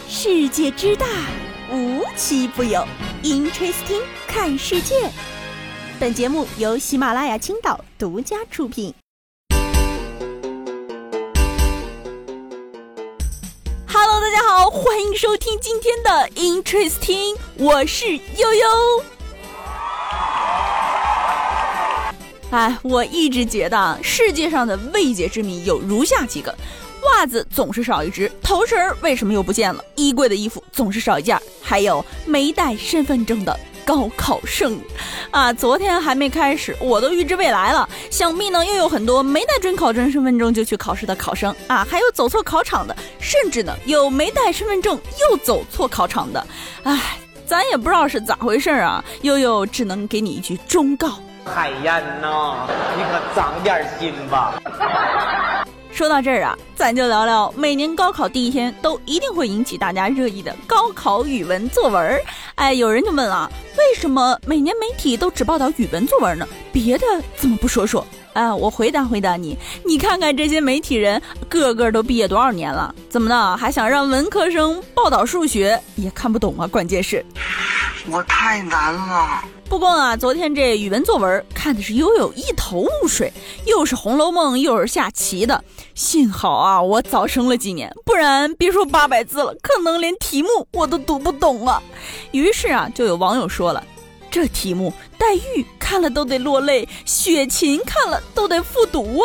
世界之大，无奇不有。Interesting 看世界。本节目由喜马拉雅青岛独家出品。Hello， 大家好，欢迎收听今天的 Interesting， 我是悠悠。我一直觉得世界上的未解之谜有如下几个：袜子总是少一只，头绳为什么又不见了，衣柜的衣服总是少一件，还有没带身份证的高考生昨天还没开始，我都预知未来了，想必呢又有很多没带准考证身份证就去考试的考生还有走错考场的，甚至呢有没带身份证又走错考场的。咱也不知道是咋回事悠悠只能给你一句忠告： 海燕呐，你可长点心吧。 说到这儿咱就聊聊每年高考第一天都一定会引起大家热议的高考语文作文。有人就问了，为什么每年媒体都只报道语文作文呢？别的怎么不说说？我回答你，你看看这些媒体人个个都毕业多少年了，怎么的还想让文科生报道数学？也看不懂关键是我太难了。 不过昨天这语文作文看的是悠悠一头雾水，又是《红楼梦》又是下棋的。幸好我早生了几年，不然别说800字了，可能连题目我都读不懂于是就有网友说了，这题目黛玉看了都得落泪，雪琴看了都得复读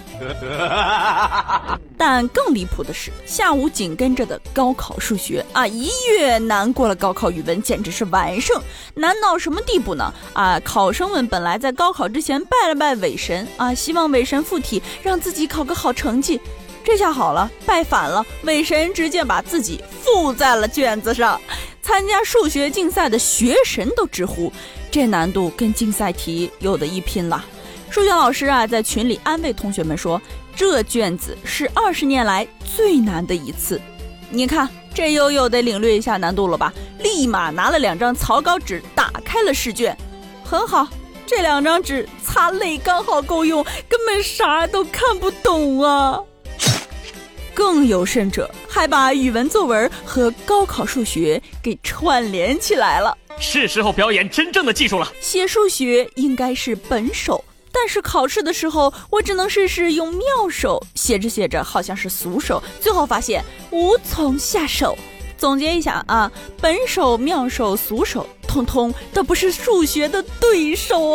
但更离谱的是，下午紧跟着的高考数学一跃难过了高考语文，简直是完胜。难到什么地步呢？考生们本来在高考之前拜了拜伪神希望伪神附体，让自己考个好成绩。这下好了，拜反了，伪神直接把自己附在了卷子上。参加数学竞赛的学神都直呼，这难度跟竞赛题有的一拼了。数学老师在群里安慰同学们说，这卷子是20年来最难的一次。你看这悠悠得领略一下难度了吧，立马拿了2张草稿纸打开了试卷。很好，这2张纸擦泪刚好够用，根本啥都看不懂更有甚者，还把语文作文和高考数学给串联起来了。 是时候表演真正的技术了。 写数学应该是本手，但是考试的时候我只能试试用妙手，写着写着好像是俗手，最后发现无从下手。总结一下本手、妙手、俗手通通都不是数学的对手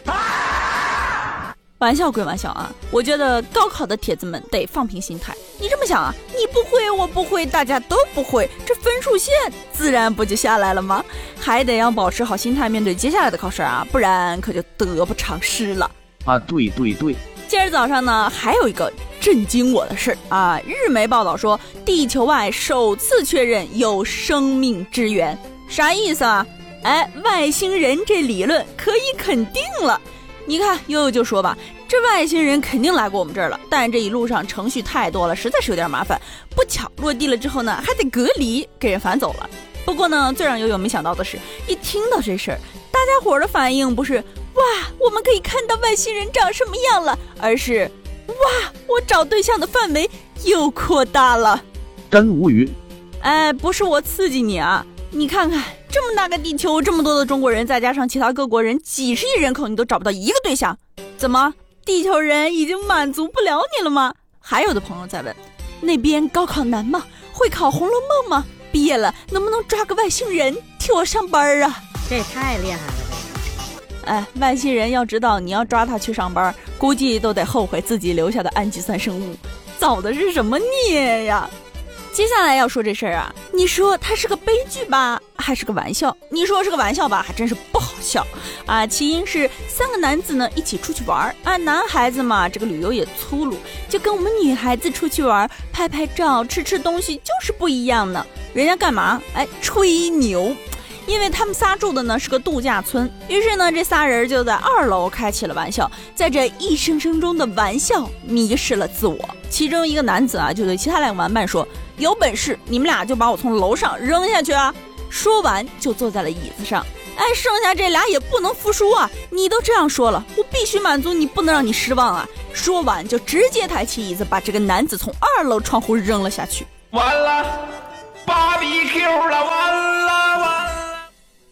玩笑归玩笑我觉得高考的帖子们得放平心态。你这么想你不会我不会大家都不会，这分数线自然不就下来了吗？还得要保持好心态面对接下来的考试不然可就得不偿失了对。 今儿早上呢还有一个震惊我的事日媒报道说地球外首次确认有生命之源。啥意思外星人这理论可以肯定了。你看悠悠就说吧，这外星人肯定来过我们这儿了，但这一路上程序太多了，实在是有点麻烦，不巧落地了之后呢还得隔离，给人反走了。不过呢最让悠悠没想到的是，一听到这事儿，大家伙的反应不是哇我们可以看到外星人长什么样了，而是哇我找对象的范围又扩大了。 真无语。 不是我刺激你你看看这么大个地球，这么多的中国人，再加上其他各国人，几十亿人口，你都找不到一个对象，怎么地球人已经满足不了你了吗？还有的朋友在问，那边高考难吗？会考《红楼梦》吗？毕业了能不能抓个外星人替我上班这也太厉害了外星人要知道你要抓他去上班，估计都得后悔自己留下的氨基酸生物，造的是什么孽呀？接下来要说这事儿你说它是个悲剧吧，还是个玩笑？你说是个玩笑吧，还真是不好笑起因是3个男子呢一起出去玩男孩子嘛，这个旅游也粗鲁，就跟我们女孩子出去玩拍拍照吃东西就是不一样呢。人家干嘛？吹牛。因为他们仨住的呢是个度假村，于是呢这仨人就在2楼开起了玩笑，在这一声声中的玩笑迷失了自我。其中一个男子就对其他2个玩伴说，有本事你们俩就把我从楼上扔下去说完就坐在了椅子上。剩下这俩也不能服输你都这样说了，我必须满足你，不能让你失望说完就直接抬起椅子把这个男子从2楼窗户扔了下去。 完了，8比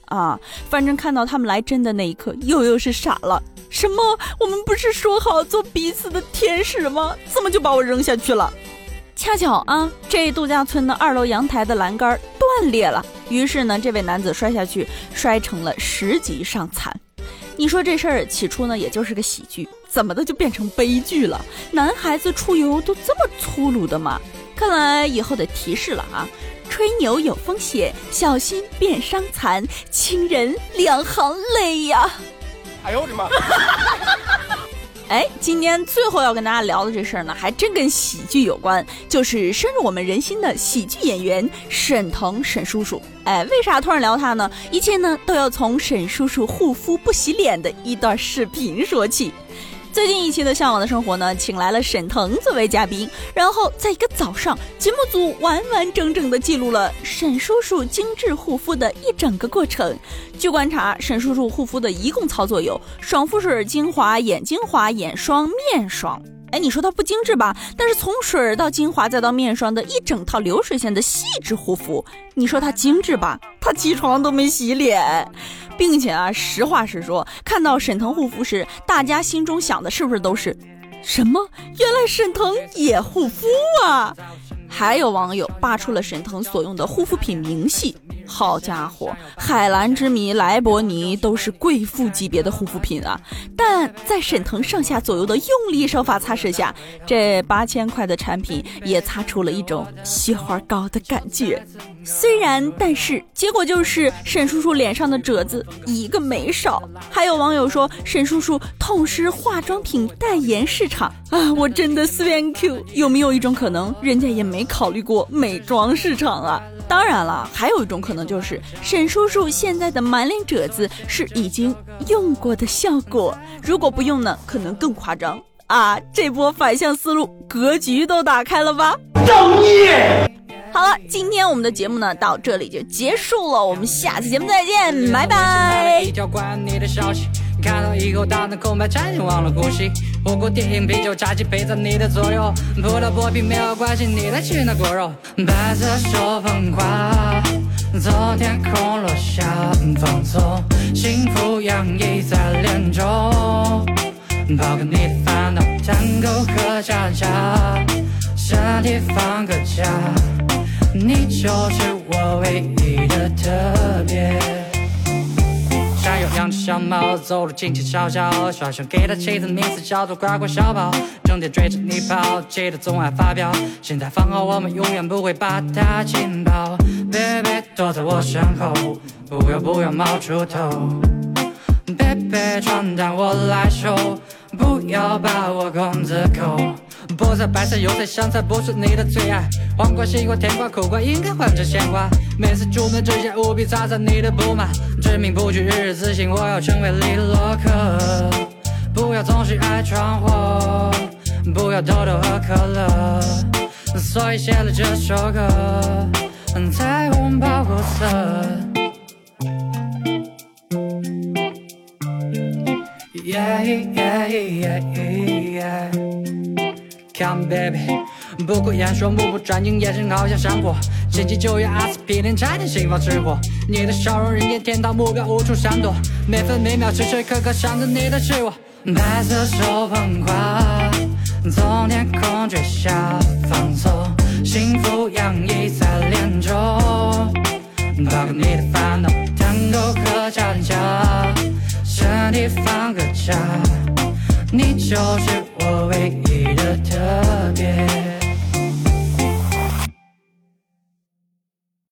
啊，反正看到他们来真的那一刻，又是傻了。什么？我们不是说好做彼此的天使吗？怎么就把我扔下去了？恰巧啊，这度假村的2楼阳台的栏杆断裂了，于是呢，这位男子摔下去，摔成了10级伤残。你说这事儿起初呢，也就是个喜剧，怎么的就变成悲剧了？男孩子出游都这么粗鲁的吗？看来以后得提示了啊！吹牛有风险，小心变伤残，亲人2行泪呀！ 哎呦我的妈！ 哎，今天最后要跟大家聊的这事儿呢，还真跟喜剧有关，就是深入我们人心的喜剧演员沈腾沈叔叔。哎，为啥突然聊他呢？一切呢都要从沈叔叔护肤不洗脸的一段视频说起。最近一期的《向往的生活》呢，请来了沈腾作为嘉宾，然后在一个早上，节目组完完整整的记录了沈叔叔精致护肤的一整个过程。据观察，沈叔叔护肤的一共操作有爽肤水、精华、眼精华、眼霜、面霜。哎，你说它不精致吧？但是从水到精华再到面霜的一整套流水线的细致护肤，你说它精致吧？他起床都没洗脸。并且啊，实话实说，看到沈腾护肤时，大家心中想的是不是都是什么？原来沈腾也护肤啊！还有网友扒出了沈腾所用的护肤品明细，好家伙，海蓝之谜、莱博尼都是贵妇级别的护肤品啊！但在沈腾上下左右的用力手法擦拭下，这8000块的产品也擦出了一种雪花膏的感觉。虽然，但是结果就是沈叔叔脸上的褶子一个没少。还有网友说沈叔叔痛失化妆品代言市场啊！我真的 thank you。有没有一种可能，人家也没考虑过美妆市场啊？当然了，还有一种可能就是沈叔叔现在的满脸褶子是已经用过的效果，如果不用呢，可能更夸张啊！这波反向思路，格局都打开了吧？ 正义！ 好了，今天我们的节目呢到这里就结束了，我们下次节目再见，拜拜。 看到以后大脑空白，差点忘了呼吸。火锅、电影、啤酒、炸鸡陪在你的左右，葡萄薄皮没有关系，你来吃那果肉。白色手风花，从天空落下，放纵，幸福洋溢在脸中。抛开你的烦恼，探沟和渣渣，身体放个假，你就是我唯一的特别。山有两只小猫，走路轻轻小小，小熊给它起的名字叫做乖乖小宝，整天追着你跑，记得总爱发飙，现在放好我们永远不会把它紧抱。Baby 躲在我身后，不要冒出头。Baby 床单我来收，不要把我公子扣。菠菜、白菜、油菜、香菜不是你的最爱，黄瓜、西瓜、甜瓜、苦瓜应该换成鲜瓜。每次出门之前务必擦擦你的布马，知名不具日日自信，我要成为利洛克。不要总是爱闯祸，不要豆豆和可乐，所以写了这首歌，彩虹保护色。Come baby， 不苟言说，目不转睛，眼神好像山火。心悸9月阿司匹林，差点心房失火。你的笑容人间天堂，目标无处闪躲，每分每秒时时刻刻想着你的是我。白色手风花，从天空坠下，放纵，幸福洋溢在脸中。抛开你的烦恼，探沟和渣渣，身体放个假，你就是我唯一的特